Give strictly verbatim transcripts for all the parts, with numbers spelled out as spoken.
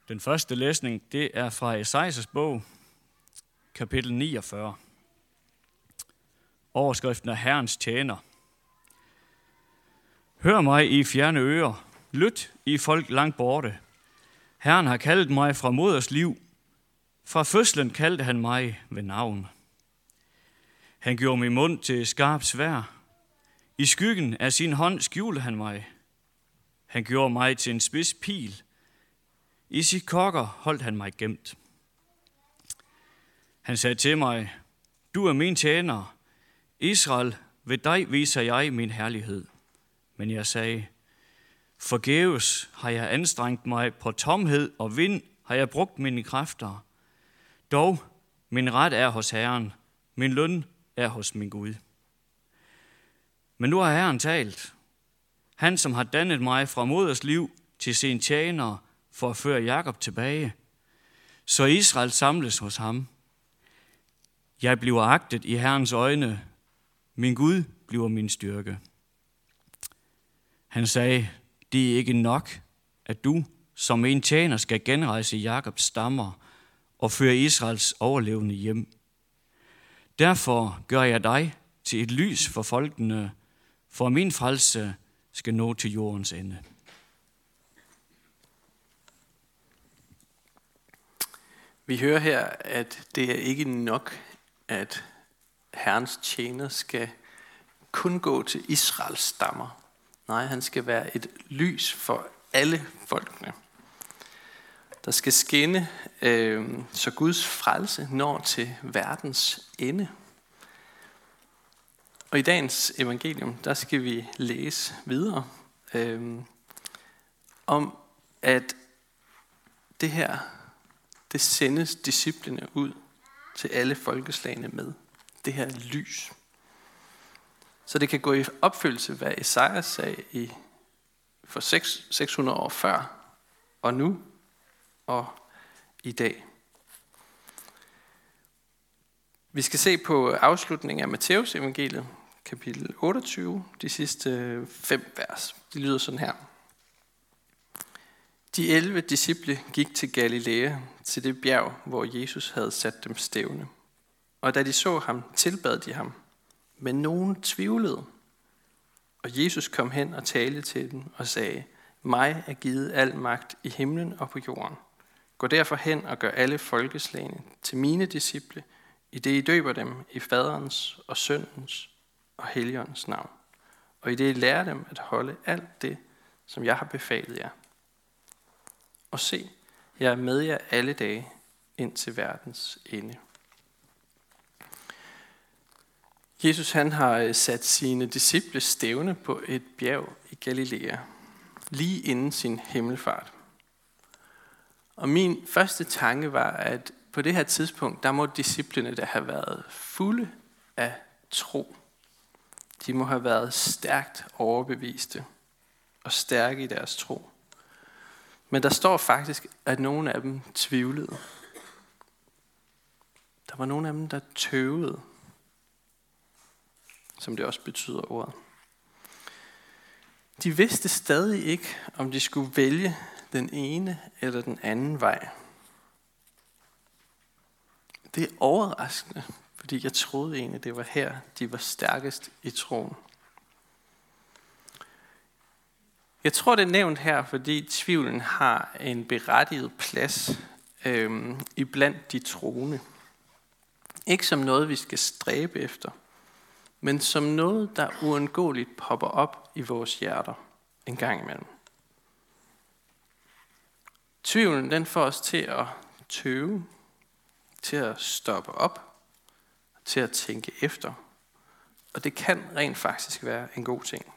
Den første læsning, det er fra Esajas bog, kapitel niogfyrre. Overskriften er Herrens tjener. Hør mig i fjerne ører, lyt i folk langt borte. Herren har kaldt mig fra moders liv. Fra fødslen kaldte han mig ved navn. Han gjorde min mund til skarp sværd. I skyggen af sin hånd skjulte han mig. Han gjorde mig til en spids pil. I sit kokker holdt han mig gemt. Han sagde til mig, du er min tjener. Israel, ved dig viser jeg min herlighed. Men jeg sagde, forgæves har jeg anstrengt mig, på tomhed og vind har jeg brugt mine kræfter. Dog, min ret er hos Herren, min løn er hos min Gud. Men nu har Herren talt. Han, som har dannet mig fra moders liv til sin tjener for at føre Jakob tilbage, så Israel samles hos ham. Jeg bliver agtet i Herrens øjne. Min Gud bliver min styrke. Han sagde, det er ikke nok, at du som en tjener skal genrejse Jakobs stammer og føre Israels overlevende hjem. Derfor gør jeg dig til et lys for folkene, for min frelse skal nå til jordens ende. Vi hører her, at det er ikke nok, at Herrens tjener skal kun gå til Israels stammer. Nej, han skal være et lys for alle folkene. Der skal skinne, øh, så Guds frelse når til verdens ende. Og i dagens evangelium, der skal vi læse videre øh, om, at det her, det sendes disciplene ud til alle folkeslagene med. Det her lys. Så det kan gå i opfyldelse, hvad Esajas sagde i, for seks hundrede år før, og nu, og i dag. Vi skal se på afslutningen af Matteus evangeliet, kapitel otteogtyve, de sidste fem vers. De lyder sådan her. De elleve disciple gik til Galilea, til det bjerg, hvor Jesus havde sat dem stævne. Og da de så ham, tilbad de ham. Men nogen tvivlede. Og Jesus kom hen og talte til dem og sagde, mig er givet al magt i himlen og på jorden. Gå derfor hen og gør alle folkeslagene til mine disciple, i det I døber dem i faderens og søndens og helligåndens navn. Og i det I lærer dem at holde alt det, som jeg har befalet jer. Og se, jeg er med jer alle dage ind til verdens ende. Jesus han har sat sine disciple stævne på et bjerg i Galilea, lige inden sin himmelfart. Og min første tanke var, at på det her tidspunkt, der må disciplene der have været fulde af tro. De må have været stærkt overbeviste og stærke i deres tro. Men der står faktisk, at nogle af dem tvivlede. Der var nogle af dem, der tøvede, som det også betyder ordet. De vidste stadig ikke, om de skulle vælge den ene eller den anden vej. Det er overraskende, fordi jeg troede egentlig, det var her, de var stærkest i troen. Jeg tror, det er nævnt her, fordi tvivlen har en berettiget plads øh, iblandt de troende. Ikke som noget, vi skal stræbe efter, men som noget, der uundgåeligt popper op i vores hjerter en gang imellem. Tvivlen, den får os til at tøve, til at stoppe op, til at tænke efter. Og det kan rent faktisk være en god ting.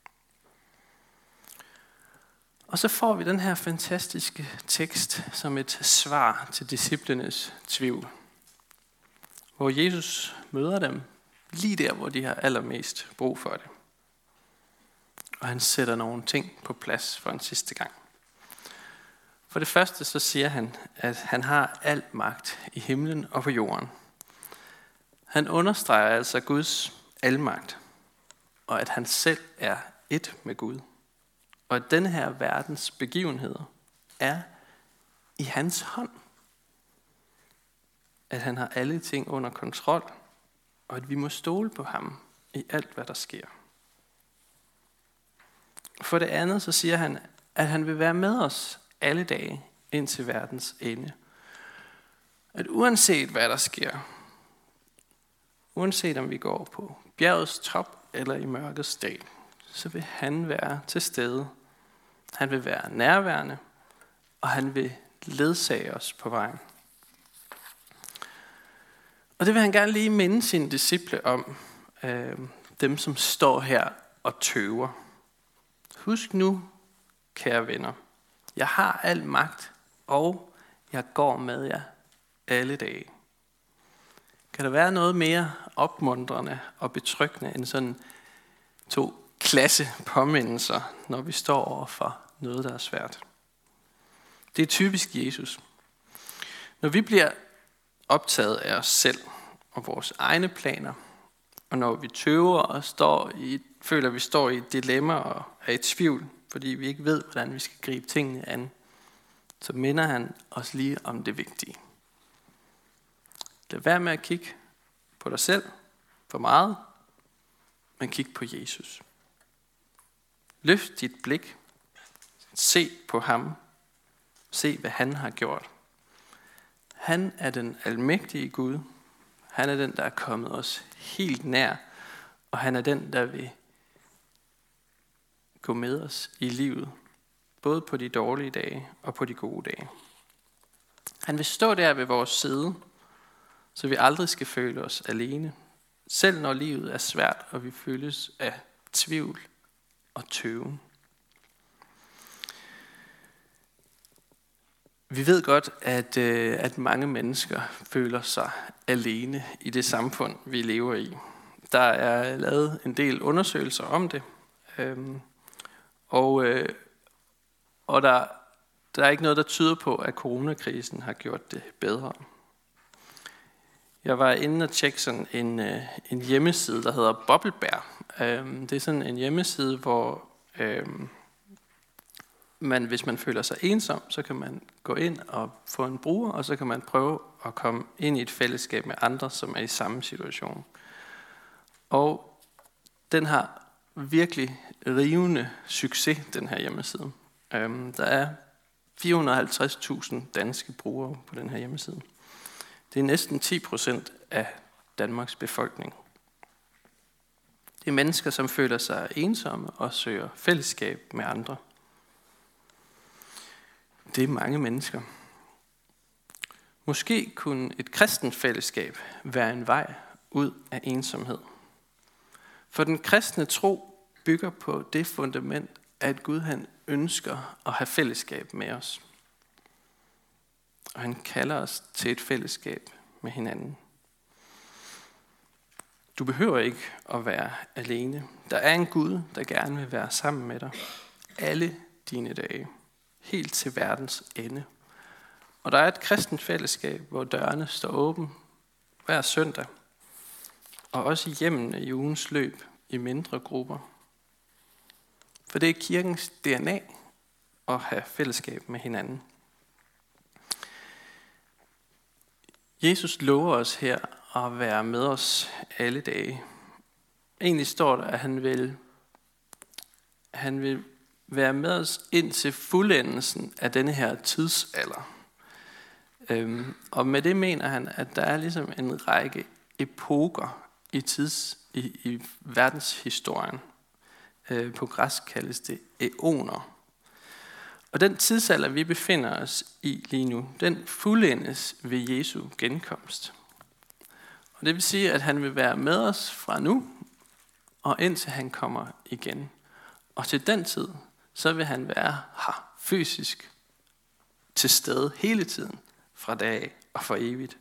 Og så får vi den her fantastiske tekst som et svar til disciplenes tvivl. Hvor Jesus møder dem lige der, hvor de har allermest brug for det. Og han sætter nogle ting på plads for en sidste gang. For det første så siger han, at han har al magt i himlen og på jorden. Han understreger altså Guds almagt, og at han selv er et med Gud. Og at denne her verdens begivenheder er i hans hånd. At han har alle ting under kontrol, og at vi må stole på ham i alt, hvad der sker. For det andet, så siger han, at han vil være med os alle dage indtil verdens ende. At uanset hvad der sker, uanset om vi går på bjergets top eller i mørkets dal, så vil han være til stede. Han vil være nærværende, og han vil ledsage os på vejen. Og det vil han gerne lige minde sine disciple om, øh, dem som står her og tøver. Husk nu, kære venner, jeg har al magt, og jeg går med jer alle dage. Kan der være noget mere opmuntrende og betryggende end sådan to klasse påmindelser, når vi står over for noget, der er svært? Det er typisk Jesus. Når vi bliver optaget af os selv og vores egne planer, og når vi tøver og står i, føler, at vi står i et dilemma og er i tvivl, fordi vi ikke ved, hvordan vi skal gribe tingene an, så minder han os lige om det vigtige. Lad være med at kigge på dig selv for meget, men kig på Jesus. Løft dit blik. Se på ham. Se, hvad han har gjort. Han er den almægtige Gud. Han er den, der er kommet os helt nær, og han er den, der vil gå med os i livet, både på de dårlige dage og på de gode dage. Han vil stå der ved vores side, så vi aldrig skal føle os alene, selv når livet er svært, og vi føles af tvivl og tøven. Vi ved godt, at, øh, at mange mennesker føler sig alene i det samfund, vi lever i. Der er lavet en del undersøgelser om det, øhm, og, øh, og der, der er ikke noget, der tyder på, at coronakrisen har gjort det bedre. Jeg var inde og tjekke sådan en, øh, en hjemmeside, der hedder Bobbelbear. Øhm, det er sådan en hjemmeside, hvor øhm, man, hvis man føler sig ensom, så kan man gå ind og få en bruger, og så kan man prøve at komme ind i et fællesskab med andre, som er i samme situation. Og den har virkelig rivende succes, den her hjemmeside. Øhm, der er fire hundrede og halvtreds tusind danske brugere på den her hjemmeside. Det er næsten ti procent af Danmarks befolkning. Det er mennesker, som føler sig ensomme og søger fællesskab med andre. Det er mange mennesker. Måske kunne et kristent fællesskab være en vej ud af ensomhed. For den kristne tro bygger på det fundament, at Gud han ønsker at have fællesskab med os. Og han kalder os til et fællesskab med hinanden. Du behøver ikke at være alene. Der er en Gud, der gerne vil være sammen med dig alle dine dage, helt til verdens ende. Og der er et kristent fællesskab, hvor dørene står åbne hver søndag, og også i hjemmene i ugens løb i mindre grupper. For det er kirkens D N A at have fællesskab med hinanden. Jesus lover os her at være med os alle dage. Egentlig står der, at han vil, han vil være med os ind til fuldendelsen af denne her tidsalder. Øhm, og med det mener han, at der er ligesom en række epoker i, tids, i, i verdenshistorien. Øh, på græsk kaldes det æoner. Og den tidsalder, vi befinder os i lige nu, den fuldendes ved Jesu genkomst. Og det vil sige, at han vil være med os fra nu, og indtil han kommer igen. Og til den tid, så vil han være her fysisk til stede hele tiden, fra dag af og for evigt.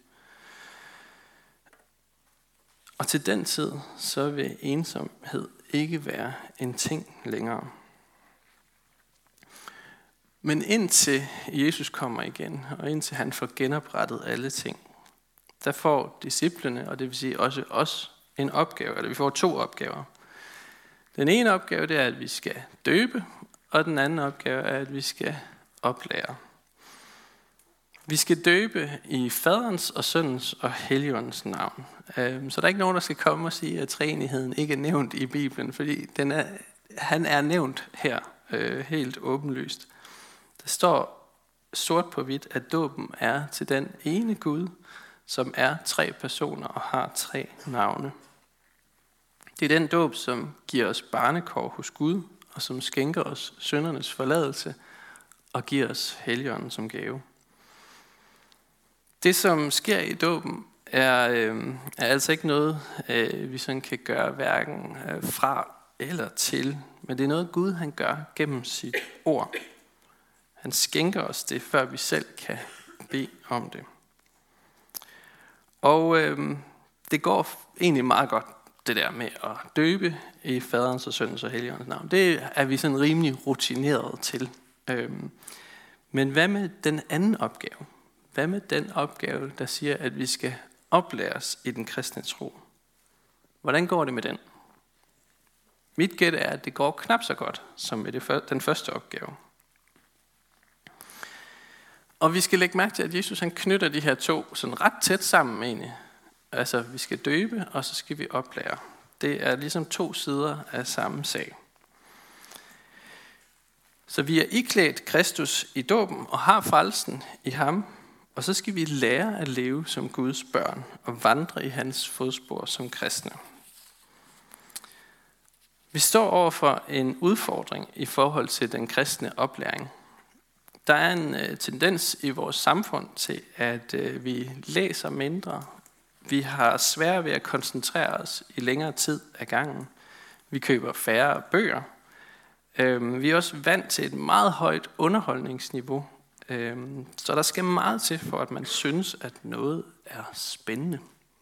Og til den tid, så vil ensomhed ikke være en ting længere. Men indtil Jesus kommer igen, og indtil han får genoprettet alle ting, der får disciplene, og det vil sige også os, en opgave, eller vi får to opgaver. Den ene opgave, det er, at vi skal døbe, og den anden opgave er, at vi skal oplære. Vi skal døbe i Faderens og Søndens og Helligåndens navn. Så der er ikke nogen, der skal komme og sige, at treenigheden ikke er nævnt i Bibelen, fordi den er, han er nævnt her helt åbenlyst. Der står sort på hvidt, at dåben er til den ene Gud, som er tre personer og har tre navne. Det er den dåb, som giver os barnekår hos Gud, og som skænker os syndernes forladelse og giver os Helligånden som gave. Det, som sker i dåben, er, øh, er altså ikke noget, øh, vi sådan kan gøre hverken øh, fra eller til, men det er noget, Gud han gør gennem sit ord. Han skænker os det, før vi selv kan bede om det. Og øh, det går egentlig meget godt, det der med at døbe i Faderens og Søndens og Helligåndens navn. Det er vi sådan rimelig rutineret til. Øh, men hvad med den anden opgave? Hvad med den opgave, der siger, at vi skal oplæres i den kristne tro? Hvordan går det med den? Mit gæt er, at det går knap så godt, som med det, den første opgave. Og vi skal lægge mærke til, at Jesus han knytter de her to sådan ret tæt sammen egentlig. Altså, vi skal døbe, og så skal vi oplære. Det er ligesom to sider af samme sag. Så vi er iklædt Kristus i dåben og har frelsen i ham, og så skal vi lære at leve som Guds børn og vandre i hans fodspor som kristne. Vi står over for en udfordring i forhold til den kristne oplæring. Der er en øh, tendens i vores samfund til, at øh, vi læser mindre. Vi har svært ved at koncentrere os i længere tid ad gangen. Vi køber færre bøger. Øh, vi er også vant til et meget højt underholdningsniveau. Øh, så der skal meget til, for at man synes, at noget er spændende.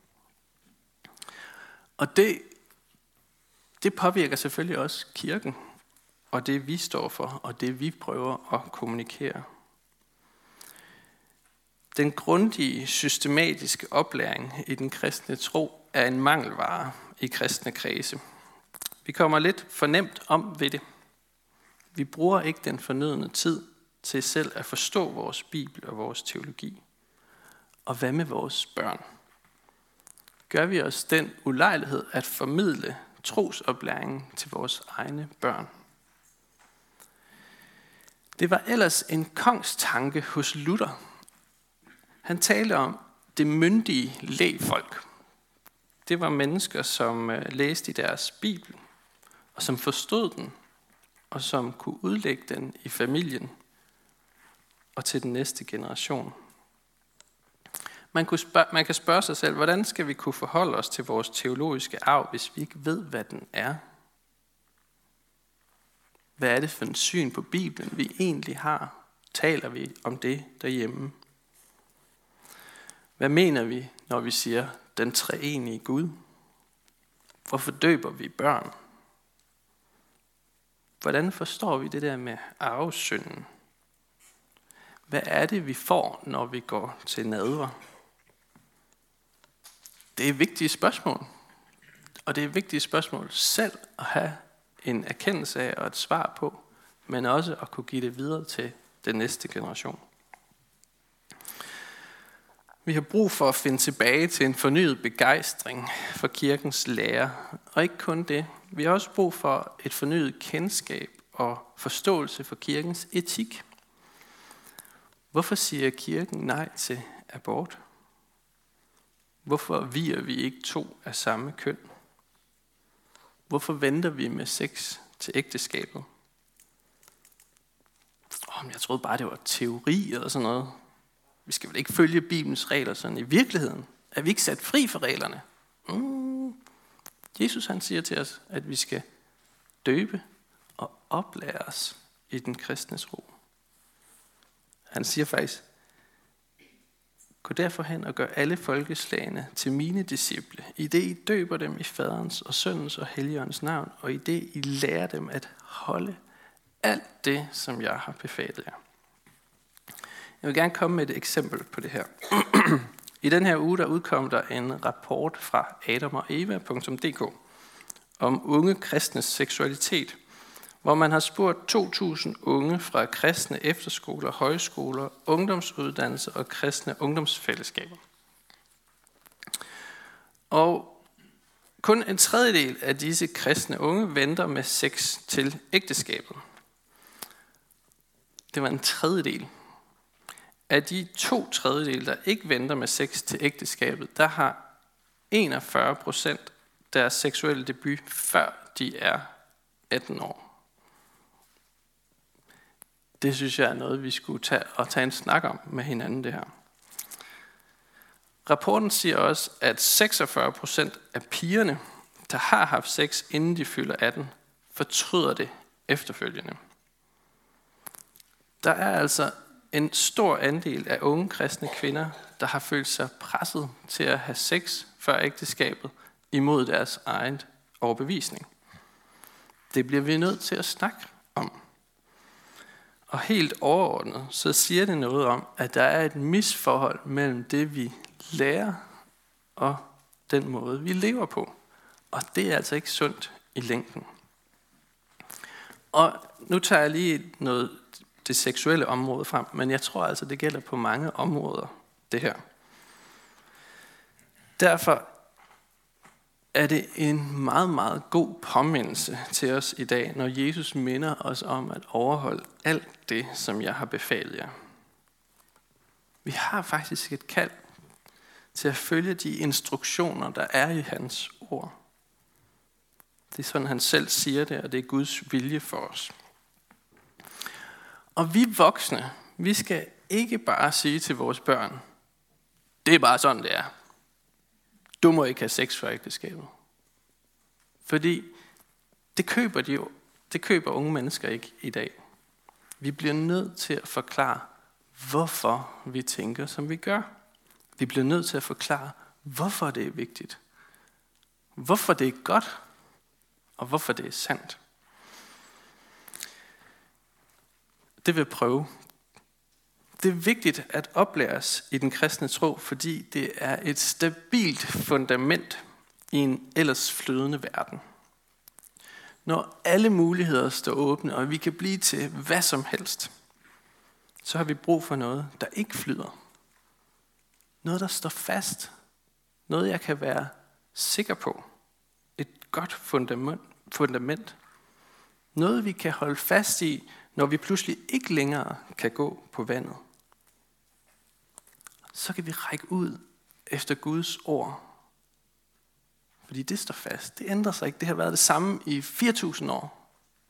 Og det, det påvirker selvfølgelig også kirken. Og det vi står for, og det vi prøver at kommunikere. Den grundige, systematiske oplæring i den kristne tro er en mangelvare i kristne kredse. Vi kommer lidt for nemt om ved det. Vi bruger ikke den fornødne tid til selv at forstå vores bibel og vores teologi. Og hvad med vores børn? Gør vi os den ulejlighed at formidle trosoplæringen til vores egne børn? Det var ellers en kongstanke hos Luther. Han talte om det myndige lægfolk. Det var mennesker, som læste i deres bibel, og som forstod den, og som kunne udlægge den i familien og til den næste generation. Man, kunne spørge, man kan spørge sig selv, hvordan skal vi kunne forholde os til vores teologiske arv, hvis vi ikke ved, hvad den er? Hvad er det for en syn på Bibelen, vi egentlig har? Taler vi om det derhjemme? Hvad mener vi, når vi siger den treenige Gud? Hvorfor døber vi børn? Hvordan forstår vi det der med arvesynden? Hvad er det, vi får, når vi går til nadver? Det er vigtige spørgsmål. Og det er vigtige spørgsmål selv at have en erkendelse af og et svar på, men også at kunne give det videre til den næste generation. Vi har brug for at finde tilbage til en fornyet begejstring for kirkens lære, og ikke kun det. Vi har også brug for et fornyet kendskab og forståelse for kirkens etik. Hvorfor siger kirken nej til abort? Hvorfor vier vi ikke to af samme køn? Hvorfor venter vi med sex til ægteskabet? Oh, jeg troede bare, det var teori eller sådan noget. Vi skal vel ikke følge Bibelens regler sådan i virkeligheden? Er vi ikke sat fri for reglerne? Mm. Jesus han siger til os, at vi skal døbe og oplære os i den kristne tro. Han siger faktisk, gå derfor hen og gør alle folkeslagene til mine disciple, i det I døber dem i Faderens og Søndens og Helligåndens navn, og i det I lærer dem at holde alt det, som jeg har befalet jer. Jeg vil gerne komme med et eksempel på det her. I den her uge der udkom der en rapport fra adam og eva punktum d k om unge kristnes seksualitet, hvor man har spurgt to tusind unge fra kristne efterskoler, højskoler, ungdomsuddannelser og kristne ungdomsfællesskaber. Og kun en tredjedel af disse kristne unge venter med sex til ægteskabet. Det var en tredjedel. Af de to tredjedel, der ikke venter med sex til ægteskabet, der har enogfyrre procent deres seksuelle debut, før de er atten år. Det synes jeg er noget, vi skulle tage og tage en snak om med hinanden, det her. Rapporten siger også, at seksogfyrre procent af pigerne, der har haft sex, inden de fylder atten, fortryder det efterfølgende. Der er altså en stor andel af unge kristne kvinder, der har følt sig presset til at have sex før ægteskabet imod deres egen overbevisning. Det bliver vi nødt til at snakke om. Og helt overordnet, så siger det noget om, at der er et misforhold mellem det, vi lærer, og den måde, vi lever på. Og det er altså ikke sundt i længden. Og nu tager jeg lige noget det seksuelle område frem, men jeg tror altså, det gælder på mange områder, det her. Derfor er det en meget, meget god påmindelse til os i dag, når Jesus minder os om at overholde alt det, som jeg har befalet jer. Vi har faktisk et kald til at følge de instruktioner, der er i hans ord. Det er sådan, han selv siger det, og det er Guds vilje for os. Og vi voksne, vi skal ikke bare sige til vores børn, det er bare sådan, det er. Du må ikke have sex før ægteskabet. Fordi det køber de jo, det køber unge mennesker ikke i dag. Vi bliver nødt til at forklare, hvorfor vi tænker, som vi gør. Vi bliver nødt til at forklare, hvorfor det er vigtigt. Hvorfor det er godt, og hvorfor det er sandt. Det vil jeg prøve. Det er vigtigt at oplæres i den kristne tro, fordi det er et stabilt fundament i en ellers flydende verden. Når alle muligheder står åbne, og vi kan blive til hvad som helst, så har vi brug for noget, der ikke flyder. Noget, der står fast. Noget, jeg kan være sikker på. Et godt fundament. fundament. Noget, vi kan holde fast i, når vi pludselig ikke længere kan gå på vandet. Så kan vi række ud efter Guds ord. Fordi det står fast. Det ændrer sig ikke. Det har været det samme i fire tusind år.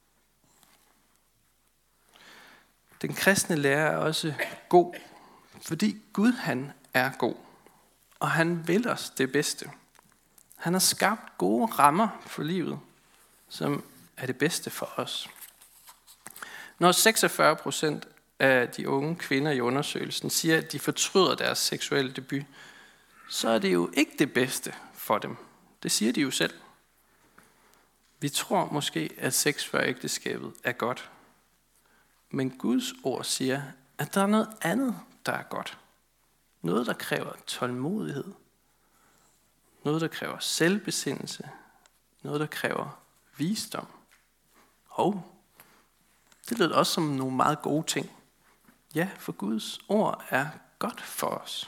Den kristne lærer er også god, fordi Gud han er god. Og han vil os det bedste. Han har skabt gode rammer for livet, som er det bedste for os. Når seksogfyrre procent af de unge kvinder i undersøgelsen siger, at de fortryder deres seksuelle debut, så er det jo ikke det bedste for dem. Det siger de jo selv. Vi tror måske, at sex før ægteskabet er godt. Men Guds ord siger, at der er noget andet, der er godt. Noget, der kræver tålmodighed. Noget, der kræver selvbesindelse. Noget, der kræver visdom. Og det lyder også som nogle meget gode ting. Ja, for Guds ord er godt for os.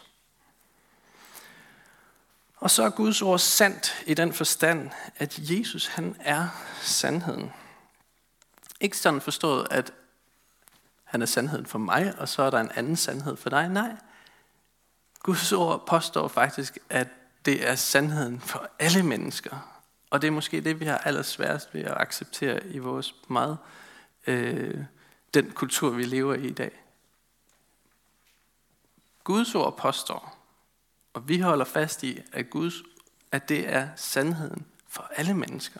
Og så er Guds ord sandt i den forstand, at Jesus han er sandheden. Ikke sådan forstået, at han er sandheden for mig, og så er der en anden sandhed for dig. Nej, Guds ord påstår faktisk, at det er sandheden for alle mennesker. Og det er måske det, vi har allersværest ved at acceptere i vores meget, øh, den kultur, vi lever i i dag. Guds ord påstår, og vi holder fast i, at, Guds, at det er sandheden for alle mennesker.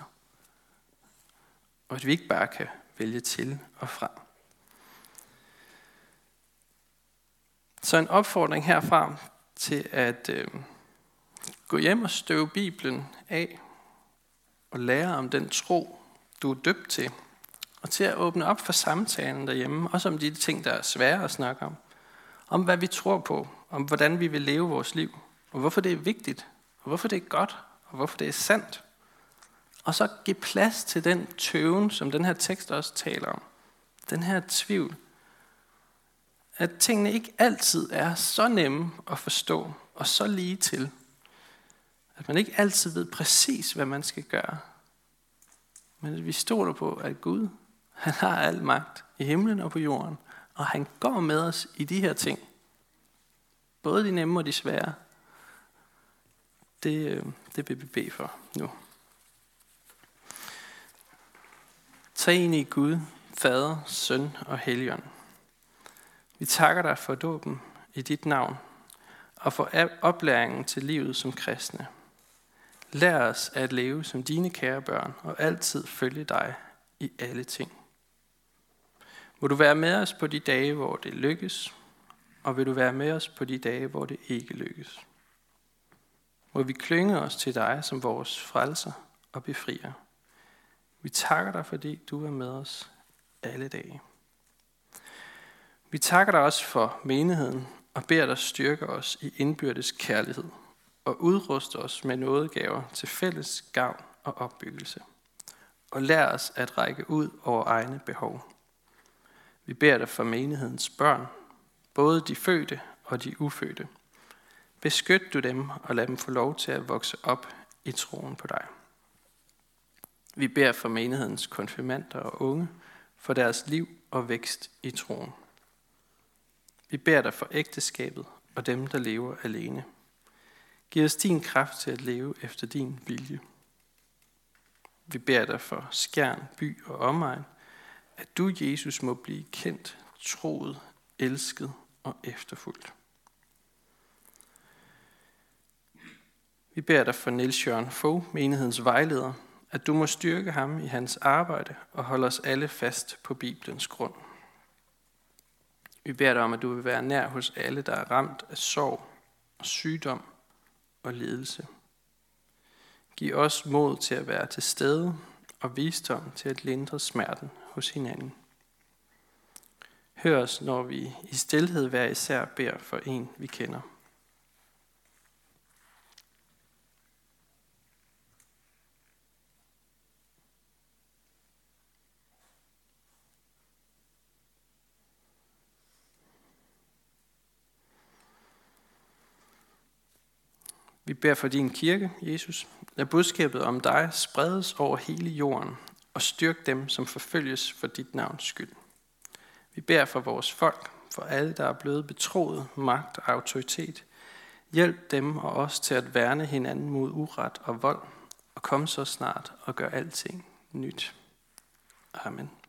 Og at vi ikke bare kan vælge til og fra. Så en opfordring herfra til at øh, gå hjem og støve Bibelen af, og lære om den tro, du er døbt til, og til at åbne op for samtalen derhjemme, også om de ting, der er svære at snakke om, om hvad vi tror på, om hvordan vi vil leve vores liv, og hvorfor det er vigtigt, og hvorfor det er godt, og hvorfor det er sandt, Og så give plads til den tøven, som den her tekst også taler om. Den her tvivl. At tingene ikke altid er så nemme at forstå og så lige til. At man ikke altid ved præcis, hvad man skal gøre. Men at vi stoler på, at Gud, han har al magt i himlen og på jorden. Og han går med os i de her ting. Både de nemme og de svære. Det, det vil vi bede for nu. Treenig Gud, Fader, Søn og Helligånd. Vi takker dig for dåben i dit navn, og for oplæringen til livet som kristne. Lær os at leve som dine kære børn, og altid følge dig i alle ting. Må du være med os på de dage, hvor det lykkes, og vil du være med os på de dage, hvor det ikke lykkes. Må vi klynge os til dig som vores frelser og befrier. Vi takker dig, fordi du er med os alle dage. Vi takker dig også for menigheden og beder dig styrke os i indbyrdes kærlighed og udruste os med nådegaver til fælles gavn og opbyggelse. Og lær os at række ud over egne behov. Vi beder dig for menighedens børn, både de fødte og de ufødte. Beskyt du dem og lad dem få lov til at vokse op i troen på dig. Vi beder for menighedens konfirmander og unge, for deres liv og vækst i troen. Vi beder dig for ægteskabet og dem, der lever alene. Giv os din kraft til at leve efter din vilje. Vi beder dig for Skjern, by og omegn, at du, Jesus, må blive kendt, troet, elsket og efterfulgt. Vi beder dig for Niels Jørgen Fogh, menighedens vejleder, at du må styrke ham i hans arbejde og holde os alle fast på Bibelens grund. Vi beder dig om, at du vil være nær hos alle, der er ramt af sorg og sygdom og lidelse. Giv os mod til at være til stede og visdom til at lindre smerten hos hinanden. Hør os, når vi i stilhed hver især beder for en, vi kender. Vi beder for din kirke, Jesus. Lad budskabet om dig spredes over hele jorden og styrk dem, som forfølges for dit navns skyld. Vi beder for vores folk, for alle, der er blevet betroet magt og autoritet. Hjælp dem og os til at værne hinanden mod uret og vold og komme så snart og gør alting nyt. Amen.